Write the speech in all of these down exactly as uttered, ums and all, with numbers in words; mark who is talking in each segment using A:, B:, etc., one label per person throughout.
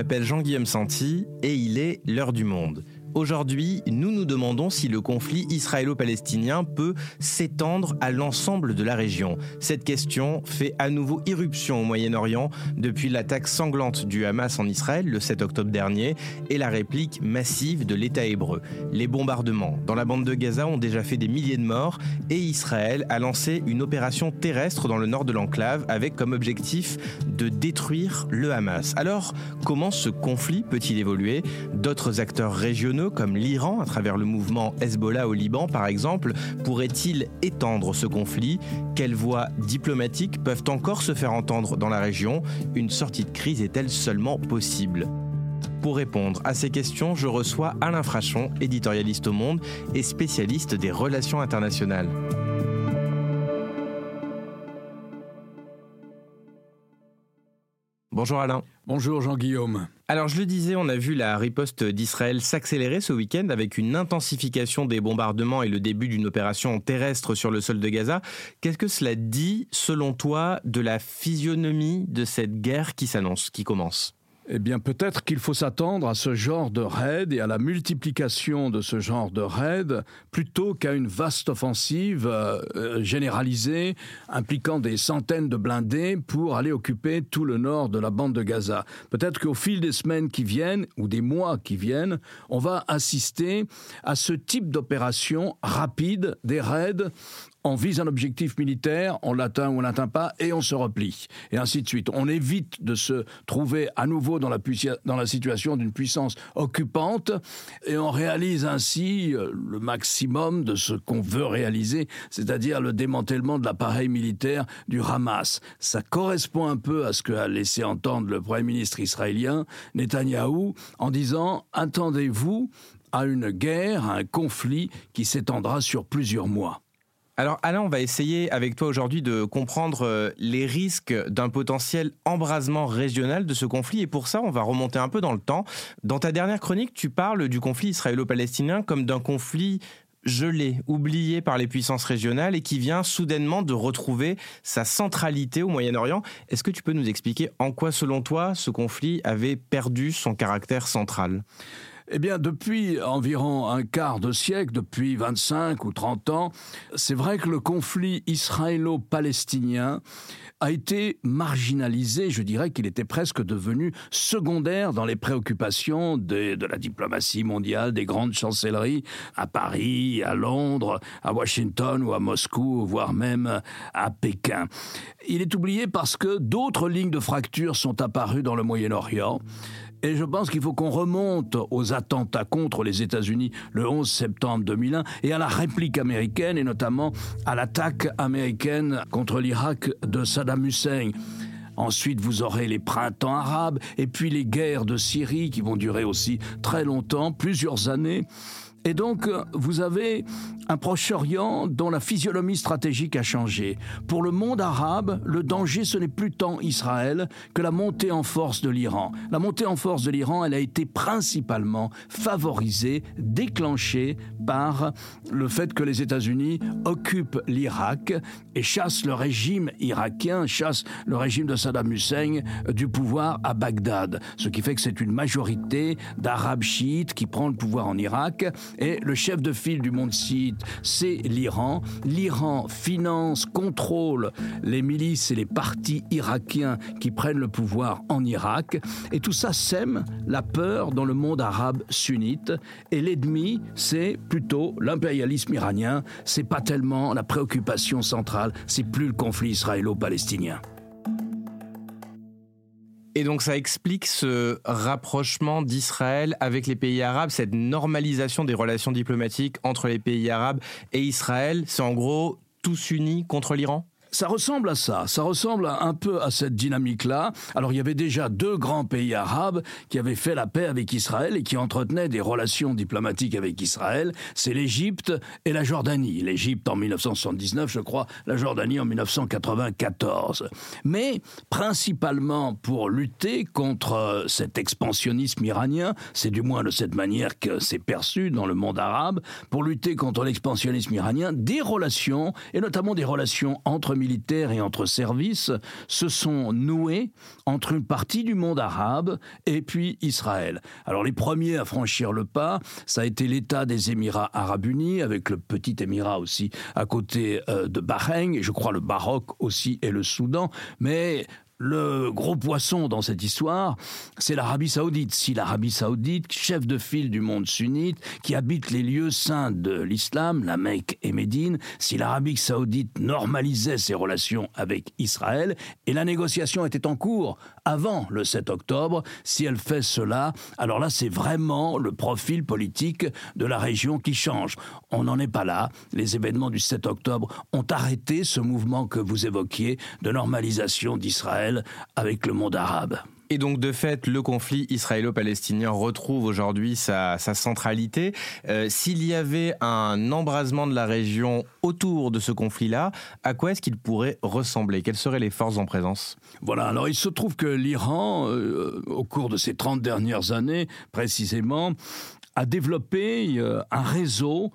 A: m'appelle Jean-Guillaume Santi et il est l'heure du monde. Aujourd'hui, nous nous demandons si le conflit israélo-palestinien peut s'étendre à l'ensemble de la région. Cette question fait à nouveau irruption au Moyen-Orient depuis l'attaque sanglante du Hamas en Israël le sept octobre dernier et la réplique massive de l'État hébreu. Les bombardements dans la bande de Gaza ont déjà fait des milliers de morts et Israël a lancé une opération terrestre dans le nord de l'enclave avec comme objectif de détruire le Hamas. Alors, comment ce conflit peut-il évoluer ? D'autres acteurs régionaux comme l'Iran, à travers le mouvement Hezbollah au Liban par exemple, pourrait-il étendre ce conflit ? Quelles voies diplomatiques peuvent encore se faire entendre dans la région ? Une sortie de crise est-elle seulement possible ? Pour répondre à ces questions, je reçois Alain Frachon, éditorialiste au Monde et spécialiste des relations internationales. Bonjour Alain.
B: Bonjour Jean-Guillaume.
A: Alors je le disais, on a vu la riposte d'Israël s'accélérer ce week-end avec une intensification des bombardements et le début d'une opération terrestre sur le sol de Gaza. Qu'est-ce que cela dit, selon toi, de la physionomie de cette guerre qui s'annonce, qui commence ?
B: Eh bien, peut-être qu'il faut s'attendre à ce genre de raid et à la multiplication de ce genre de raid plutôt qu'à une vaste offensive euh, généralisée impliquant des centaines de blindés pour aller occuper tout le nord de la bande de Gaza. Peut-être qu'au fil des semaines qui viennent ou des mois qui viennent, on va assister à ce type d'opération rapide, des raids. On vise un objectif militaire, on l'atteint ou on l'atteint pas, et on se replie. Et ainsi de suite. On évite de se trouver à nouveau dans la, puissi- dans la situation d'une puissance occupante, et on réalise ainsi le maximum de ce qu'on veut réaliser, c'est-à-dire le démantèlement de l'appareil militaire du Hamas. Ça correspond un peu à ce qu'a laissé entendre le Premier ministre israélien, Netanyahou, en disant « Attendez-vous à une guerre, à un conflit qui s'étendra sur plusieurs mois ».
A: Alors Alain, on va essayer avec toi aujourd'hui de comprendre les risques d'un potentiel embrasement régional de ce conflit et pour ça, on va remonter un peu dans le temps. Dans ta dernière chronique, tu parles du conflit israélo-palestinien comme d'un conflit gelé, oublié par les puissances régionales et qui vient soudainement de retrouver sa centralité au Moyen-Orient. Est-ce que tu peux nous expliquer en quoi, selon toi, ce conflit avait perdu son caractère central ?
B: Eh bien, depuis environ un quart de siècle, depuis vingt-cinq ou trente ans, c'est vrai que le conflit israélo-palestinien a été marginalisé. Je dirais qu'il était presque devenu secondaire dans les préoccupations de, de la diplomatie mondiale, des grandes chancelleries à Paris, à Londres, à Washington ou à Moscou, voire même à Pékin. Il est oublié parce que d'autres lignes de fracture sont apparues dans le Moyen-Orient. Et je pense qu'il faut qu'on remonte aux attentats contre les États-Unis le onze septembre deux mille un et à la réplique américaine et notamment à l'attaque américaine contre l'Irak de Saddam Hussein. Ensuite, vous aurez les printemps arabes et puis les guerres de Syrie qui vont durer aussi très longtemps, plusieurs années. Et donc, vous avez un Proche-Orient dont la physionomie stratégique a changé. Pour le monde arabe, le danger, ce n'est plus tant Israël que la montée en force de l'Iran. La montée en force de l'Iran, elle a été principalement favorisée, déclenchée par le fait que les États-Unis occupent l'Irak et chassent le régime irakien, chassent le régime de Saddam Hussein du pouvoir à Bagdad. Ce qui fait que c'est une majorité d'Arabes chiites qui prend le pouvoir en Irak. Et le chef de file du monde chiite, c'est l'Iran. L'Iran finance, contrôle les milices et les partis irakiens qui prennent le pouvoir en Irak. Et tout ça sème la peur dans le monde arabe sunnite. Et l'ennemi, c'est plutôt l'impérialisme iranien. C'est pas tellement la préoccupation centrale, c'est plus le conflit israélo-palestinien.
A: Et donc ça explique ce rapprochement d'Israël avec les pays arabes, cette normalisation des relations diplomatiques entre les pays arabes et Israël. C'est en gros tous unis contre l'Iran ?
B: Ça ressemble à ça, ça ressemble un peu à cette dynamique-là. Alors il y avait déjà deux grands pays arabes qui avaient fait la paix avec Israël et qui entretenaient des relations diplomatiques avec Israël. C'est l'Égypte et la Jordanie. L'Égypte en dix-neuf cent soixante-dix-neuf, je crois, la Jordanie en dix-neuf cent quatre-vingt-quatorze. Mais principalement pour lutter contre cet expansionnisme iranien, c'est du moins de cette manière que c'est perçu dans le monde arabe, pour lutter contre l'expansionnisme iranien, des relations, et notamment des relations entre militaires et entre services se sont noués entre une partie du monde arabe et puis Israël. Alors les premiers à franchir le pas, ça a été l'État des Émirats arabes unis, avec le petit émirat aussi à côté euh, de Bahreïn, je crois le Maroc aussi et le Soudan, mais le gros poisson dans cette histoire, c'est l'Arabie saoudite. Si l'Arabie saoudite, chef de file du monde sunnite, qui habite les lieux saints de l'islam, la Mecque et Médine, si l'Arabie saoudite normalisait ses relations avec Israël, et la négociation était en cours avant le sept octobre, si elle fait cela, alors là c'est vraiment le profil politique de la région qui change. On n'en est pas là. Les événements du sept octobre ont arrêté ce mouvement que vous évoquiez de normalisation d'Israël avec le monde arabe.
A: Et donc, de fait, le conflit israélo-palestinien retrouve aujourd'hui sa, sa centralité. Euh, s'il y avait un embrasement de la région autour de ce conflit-là, à quoi est-ce qu'il pourrait ressembler ? Quelles seraient les forces en présence ?
B: Voilà, alors il se trouve que l'Iran, euh, au cours de ces trente dernières années, précisément, a développé euh, un réseau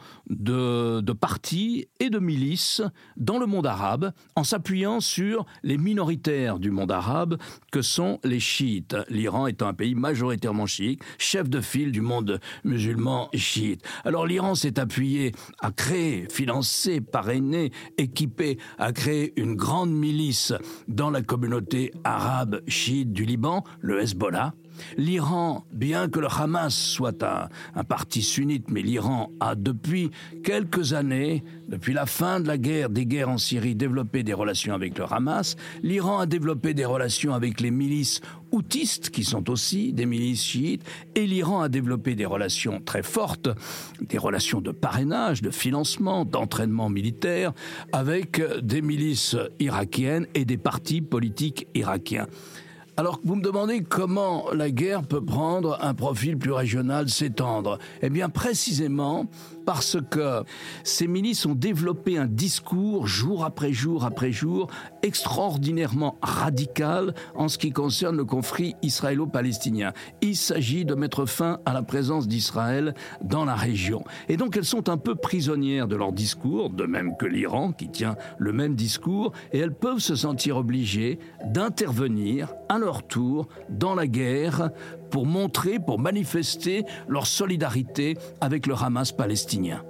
B: de, de partis et de milices dans le monde arabe en s'appuyant sur les minoritaires du monde arabe que sont les chiites. L'Iran est un pays majoritairement chiite, chef de file du monde musulman chiite. Alors l'Iran s'est appuyé à créer, financer, parrainer, équiper, à créer une grande milice dans la communauté arabe chiite du Liban, le Hezbollah. L'Iran, bien que le Hamas soit un, un parti sunnite, mais l'Iran a depuis quelques années, depuis la fin de la guerre, des guerres en Syrie, développé des relations avec le Hamas. L'Iran a développé des relations avec les milices houtistes, qui sont aussi des milices chiites, et l'Iran a développé des relations très fortes, des relations de parrainage, de financement, d'entraînement militaire, avec des milices irakiennes et des partis politiques irakiens. Alors, vous me demandez comment la guerre peut prendre un profil plus régional, s'étendre. Eh bien, précisément parce que ces milices ont développé un discours, jour après jour après jour, extraordinairement radical en ce qui concerne le conflit israélo-palestinien. Il s'agit de mettre fin à la présence d'Israël dans la région. Et donc, elles sont un peu prisonnières de leur discours, de même que l'Iran, qui tient le même discours, et elles peuvent se sentir obligées d'intervenir à leur tour dans la guerre pour montrer, pour manifester leur solidarité avec le Hamas palestinien.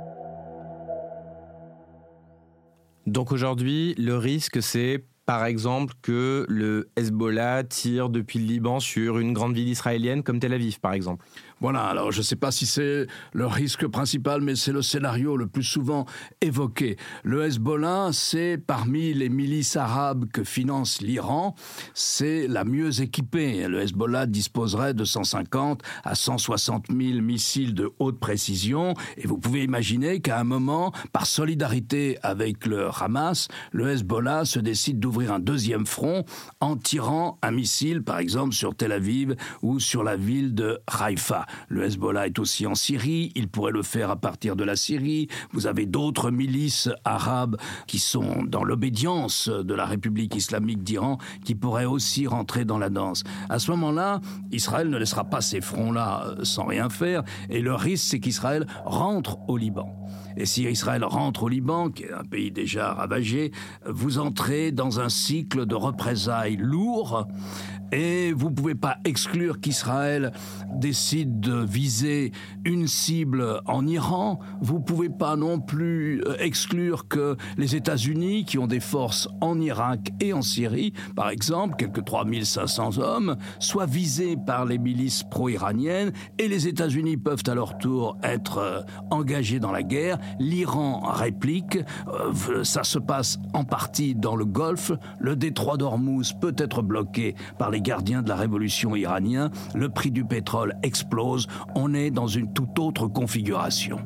A: Donc aujourd'hui, le risque, c'est par exemple que le Hezbollah tire depuis le Liban sur une grande ville israélienne comme Tel Aviv, par exemple.
B: Voilà, alors je ne sais pas si c'est le risque principal, mais c'est le scénario le plus souvent évoqué. Le Hezbollah, c'est parmi les milices arabes que finance l'Iran, c'est la mieux équipée. Le Hezbollah disposerait de cent cinquante à cent soixante mille missiles de haute précision, et vous pouvez imaginer qu'à un moment, par solidarité avec le Hamas, le Hezbollah se décide d'ouvrir un deuxième front en tirant un missile, par exemple, sur Tel Aviv ou sur la ville de Haïfa. Le Hezbollah est aussi en Syrie, il pourrait le faire à partir de la Syrie. Vous avez d'autres milices arabes qui sont dans l'obédience de la République islamique d'Iran qui pourraient aussi rentrer dans la danse. À ce moment-là, Israël ne laissera pas ces fronts-là sans rien faire, et le risque, c'est qu'Israël rentre au Liban. Et si Israël rentre au Liban, qui est un pays déjà ravagé, vous entrez dans un cycle de représailles lourds, et vous ne pouvez pas exclure qu'Israël décide de viser une cible en Iran. Vous ne pouvez pas non plus exclure que les États-Unis, qui ont des forces en Irak et en Syrie, par exemple, quelques trois mille cinq cents hommes, soient visés par les milices pro-iraniennes, et les États-Unis peuvent à leur tour être engagés dans la guerre. L'Iran réplique, euh, ça se passe en partie dans le Golfe, le détroit d'Ormuz peut être bloqué par les gardiens de la révolution iranienne, le prix du pétrole explose, on est dans une toute autre configuration.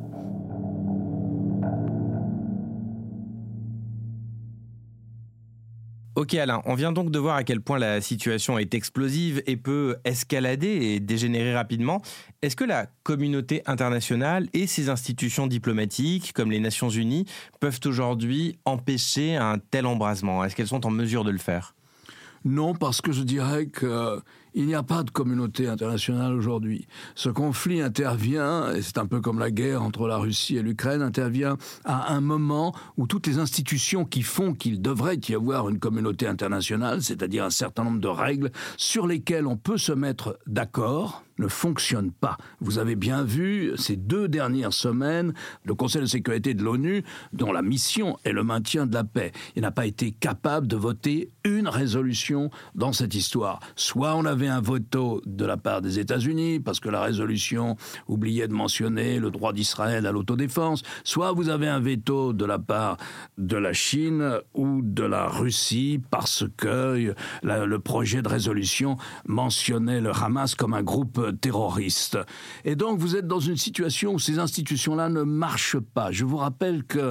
A: Ok Alain, on vient donc de voir à quel point la situation est explosive et peut escalader et dégénérer rapidement. Est-ce que la communauté internationale et ses institutions diplomatiques, comme les Nations Unies, peuvent aujourd'hui empêcher un tel embrasement ? Est-ce qu'elles sont en mesure de le faire ?
B: Non, parce que je dirais qu'il Il n'y a pas de communauté internationale aujourd'hui. Ce conflit intervient, et c'est un peu comme la guerre entre la Russie et l'Ukraine, intervient à un moment où toutes les institutions qui font qu'il devrait y avoir une communauté internationale, c'est-à-dire un certain nombre de règles sur lesquelles on peut se mettre d'accord, ne fonctionne pas. Vous avez bien vu ces deux dernières semaines, le Conseil de sécurité de l'ONU, dont la mission est le maintien de la paix, il n'a pas été capable de voter une résolution dans cette histoire. Soit on avait un veto de la part des États-Unis, parce que la résolution oubliait de mentionner le droit d'Israël à l'autodéfense, soit vous avez un veto de la part de la Chine ou de la Russie, parce que la, le projet de résolution mentionnait le Hamas comme un groupe terroristes. Et donc, vous êtes dans une situation où ces institutions-là ne marchent pas. Je vous rappelle que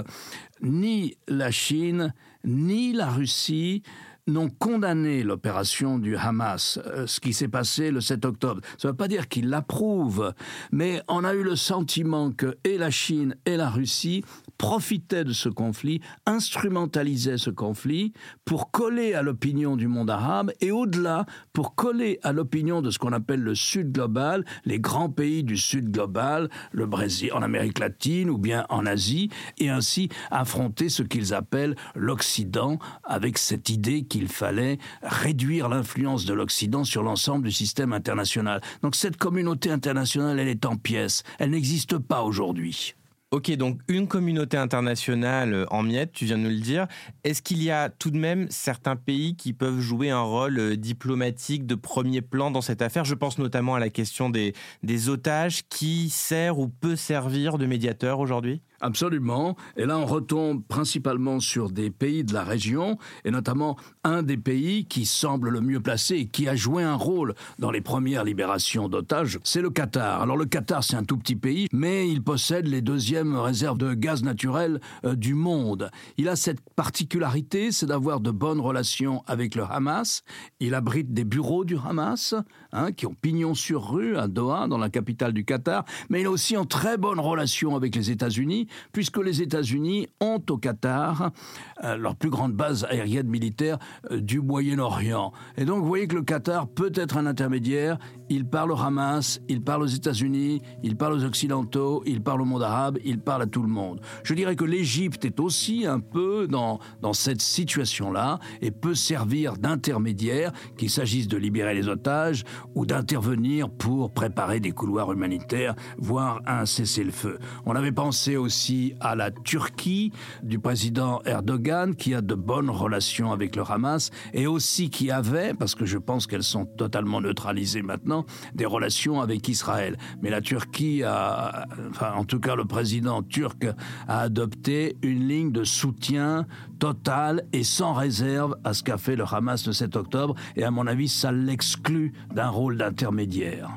B: ni la Chine, ni la Russie n'ont condamné l'opération du Hamas, ce qui s'est passé le sept octobre. Ça ne veut pas dire qu'ils l'approuvent, mais on a eu le sentiment que et la Chine et la Russie profitaient de ce conflit, instrumentalisaient ce conflit pour coller à l'opinion du monde arabe et au-delà, pour coller à l'opinion de ce qu'on appelle le Sud global, les grands pays du Sud global, le Brésil en Amérique latine ou bien en Asie, et ainsi affronter ce qu'ils appellent l'Occident avec cette idée qu'il fallait réduire l'influence de l'Occident sur l'ensemble du système international. Donc cette communauté internationale, elle est en pièces, elle n'existe pas aujourd'hui.
A: Ok, donc une communauté internationale en miettes, tu viens de nous le dire. Est-ce qu'il y a tout de même certains pays qui peuvent jouer un rôle diplomatique de premier plan dans cette affaire ? Je pense notamment à la question des, des otages. Qui sert ou peut servir de médiateur aujourd'hui ?
B: Absolument. Et là, on retombe principalement sur des pays de la région, et notamment un des pays qui semble le mieux placé et qui a joué un rôle dans les premières libérations d'otages, c'est le Qatar. Alors le Qatar, c'est un tout petit pays, mais il possède les deuxièmes réserves de gaz naturel euh, du monde. Il a cette particularité, c'est d'avoir de bonnes relations avec le Hamas. Il abrite des bureaux du Hamas, hein, qui ont pignon sur rue à Doha, dans la capitale du Qatar, mais il a aussi en très bonne relation avec les États-Unis, puisque les États-Unis ont au Qatar euh, leur plus grande base aérienne militaire euh, du Moyen-Orient. Et donc, vous voyez que le Qatar peut être un intermédiaire. Il parle au Hamas, il parle aux États-Unis, il parle aux Occidentaux, il parle au monde arabe, il parle à tout le monde. Je dirais que l'Égypte est aussi un peu dans, dans cette situation-là et peut servir d'intermédiaire, qu'il s'agisse de libérer les otages ou d'intervenir pour préparer des couloirs humanitaires, voire un cessez-le-feu. On avait pensé aussi aussi à la Turquie du président Erdogan, qui a de bonnes relations avec le Hamas, et aussi qui avait, parce que je pense qu'elles sont totalement neutralisées maintenant, des relations avec Israël. Mais la Turquie a, enfin en tout cas le président turc a adopté une ligne de soutien total et sans réserve à ce qu'a fait le Hamas le sept octobre, et à mon avis, ça l'exclut d'un rôle d'intermédiaire.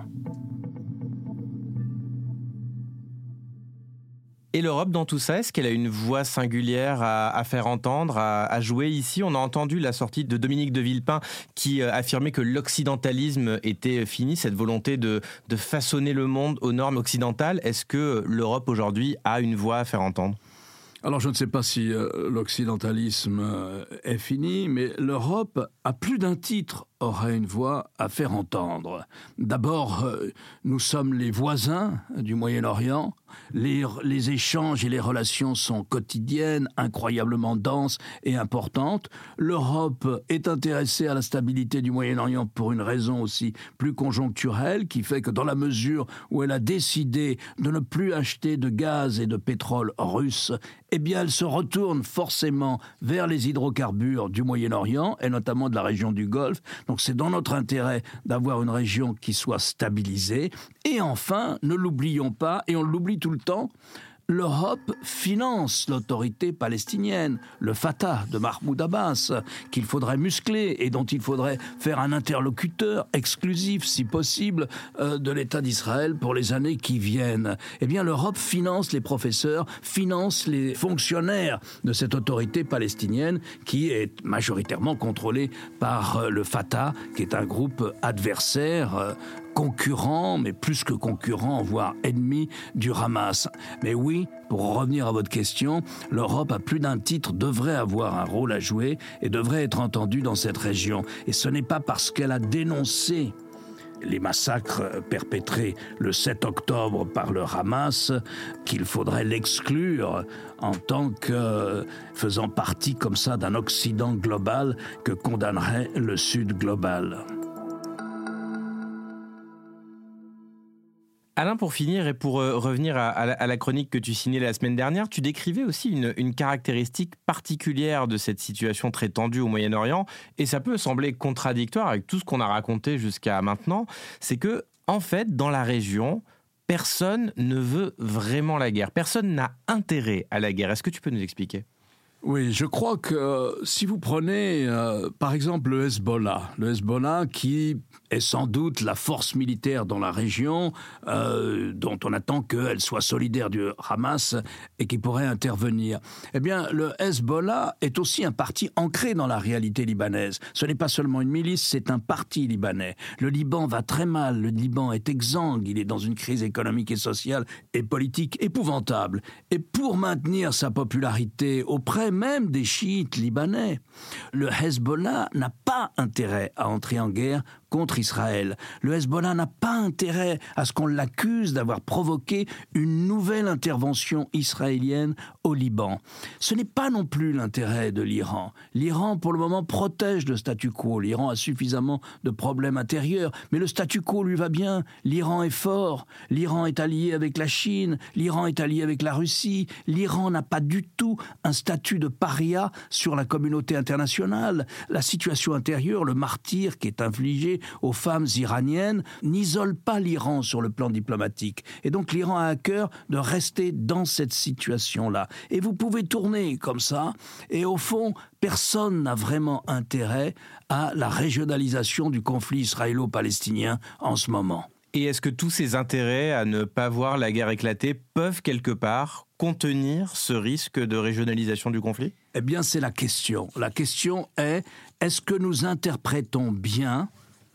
A: Et l'Europe dans tout ça, est-ce qu'elle a une voix singulière à, à faire entendre, à, à jouer ici ? On a entendu la sortie de Dominique de Villepin qui euh, affirmait que l'occidentalisme était fini, cette volonté de, de façonner le monde aux normes occidentales. Est-ce que l'Europe aujourd'hui a une voix à faire entendre ?
B: Alors je ne sais pas si euh, l'occidentalisme euh, est fini, mais l'Europe, à plus d'un titre, aurait une voix à faire entendre. D'abord, euh, nous sommes les voisins du Moyen-Orient. Les, les échanges et les relations sont quotidiennes, incroyablement denses et importantes. L'Europe est intéressée à la stabilité du Moyen-Orient pour une raison aussi plus conjoncturelle, qui fait que dans la mesure où elle a décidé de ne plus acheter de gaz et de pétrole russe, eh bien elle se retourne forcément vers les hydrocarbures du Moyen-Orient, et notamment de la région du Golfe. Donc c'est dans notre intérêt d'avoir une région qui soit stabilisée. Et enfin, ne l'oublions pas, et on l'oublie tout le temps, l'Europe finance l'autorité palestinienne, le Fatah de Mahmoud Abbas, qu'il faudrait muscler et dont il faudrait faire un interlocuteur exclusif, si possible, euh, de l'État d'Israël pour les années qui viennent. Eh bien, l'Europe finance les professeurs, finance les fonctionnaires de cette autorité palestinienne qui est majoritairement contrôlée par euh, le Fatah, qui est un groupe adversaire, euh, concurrent, mais plus que concurrent, voire ennemi du Hamas. Mais oui, pour revenir à votre question, l'Europe, à plus d'un titre, devrait avoir un rôle à jouer et devrait être entendue dans cette région. Et ce n'est pas parce qu'elle a dénoncé les massacres perpétrés le sept octobre par le Hamas, qu'il faudrait l'exclure en tant que faisant partie comme ça d'un Occident global que condamnerait le Sud global.
A: Alain, pour finir et pour euh, revenir à, à, la, à la chronique que tu signais la semaine dernière, tu décrivais aussi une, une caractéristique particulière de cette situation très tendue au Moyen-Orient, et ça peut sembler contradictoire avec tout ce qu'on a raconté jusqu'à maintenant, c'est que, en fait, dans la région, personne ne veut vraiment la guerre, personne n'a intérêt à la guerre. Est-ce que tu peux nous expliquer ?
B: Oui, je crois que euh, si vous prenez euh, par exemple le Hezbollah, le Hezbollah qui est sans doute la force militaire dans la région euh, dont on attend qu'elle soit solidaire du Hamas et qui pourrait intervenir. Eh bien, le Hezbollah est aussi un parti ancré dans la réalité libanaise. Ce n'est pas seulement une milice, c'est un parti libanais. Le Liban va très mal, le Liban est exsangue, il est dans une crise économique et sociale et politique épouvantable. Et pour maintenir sa popularité auprès même des chiites libanais, le Hezbollah n'a pas intérêt à entrer en guerre contre Israël. Le Hezbollah n'a pas intérêt à ce qu'on l'accuse d'avoir provoqué une nouvelle intervention israélienne au Liban. Ce n'est pas non plus l'intérêt de l'Iran. L'Iran, pour le moment, protège le statu quo. L'Iran a suffisamment de problèmes intérieurs, mais le statu quo lui va bien. L'Iran est fort. L'Iran est allié avec la Chine. L'Iran est allié avec la Russie. L'Iran n'a pas du tout un statut de paria sur la communauté internationale. La situation intérieure, le martyre qui est infligé aux femmes iraniennes, n'isole pas l'Iran sur le plan diplomatique. Et donc l'Iran a à cœur de rester dans cette situation-là. Et vous pouvez tourner comme ça, et au fond, personne n'a vraiment intérêt à la régionalisation du conflit israélo-palestinien en ce moment.
A: Et est-ce que tous ces intérêts à ne pas voir la guerre éclater peuvent quelque part contenir ce risque de régionalisation du conflit ?
B: Eh bien, c'est la question. La question est, est-ce que nous interprétons bien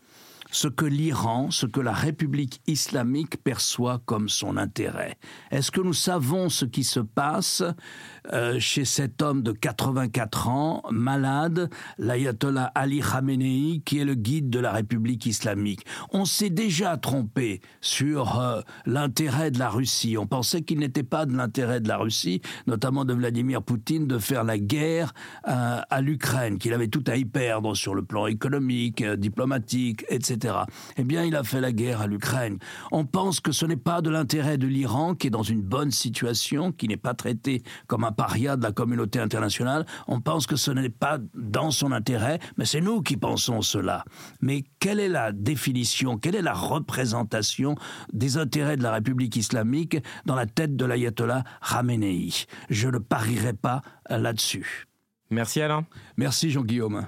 B: ce que l'Iran, ce que la République islamique perçoit comme son intérêt? Est-ce que nous savons ce qui se passe euh, chez cet homme de quatre-vingt-quatre ans, malade, l'ayatollah Ali Khamenei, qui est le guide de la République islamique? On s'est déjà trompé sur euh, l'intérêt de la Russie. On pensait qu'il n'était pas de l'intérêt de la Russie, notamment de Vladimir Poutine, de faire la guerre euh, à l'Ukraine, qu'il avait tout à y perdre sur le plan économique, euh, diplomatique, et cetera. Eh bien, il a fait la guerre à l'Ukraine. On pense que ce n'est pas de l'intérêt de l'Iran, qui est dans une bonne situation, qui n'est pas traité comme un paria de la communauté internationale. On pense que ce n'est pas dans son intérêt, mais c'est nous qui pensons cela. Mais quelle est la définition, quelle est la représentation des intérêts de la République islamique dans la tête de l'ayatollah Khamenei? Je ne parierai pas là-dessus.
A: Merci Alain.
B: Merci Jean-Guillaume.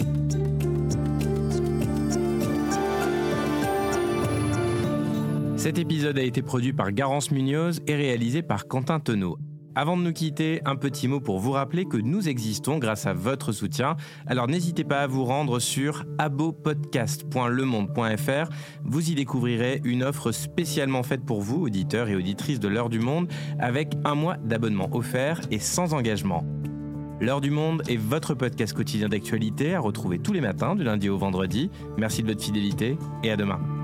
A: Cet épisode a été produit par Garance Munoz et réalisé par Quentin Tenot. Avant de nous quitter, un petit mot pour vous rappeler que nous existons grâce à votre soutien. Alors n'hésitez pas à vous rendre sur abopodcast point le monde point f r. Vous y découvrirez une offre spécialement faite pour vous, auditeurs et auditrices de l'Heure du Monde, avec un mois d'abonnement offert et sans engagement. L'Heure du Monde est votre podcast quotidien d'actualité à retrouver tous les matins du lundi au vendredi. Merci de votre fidélité et à demain.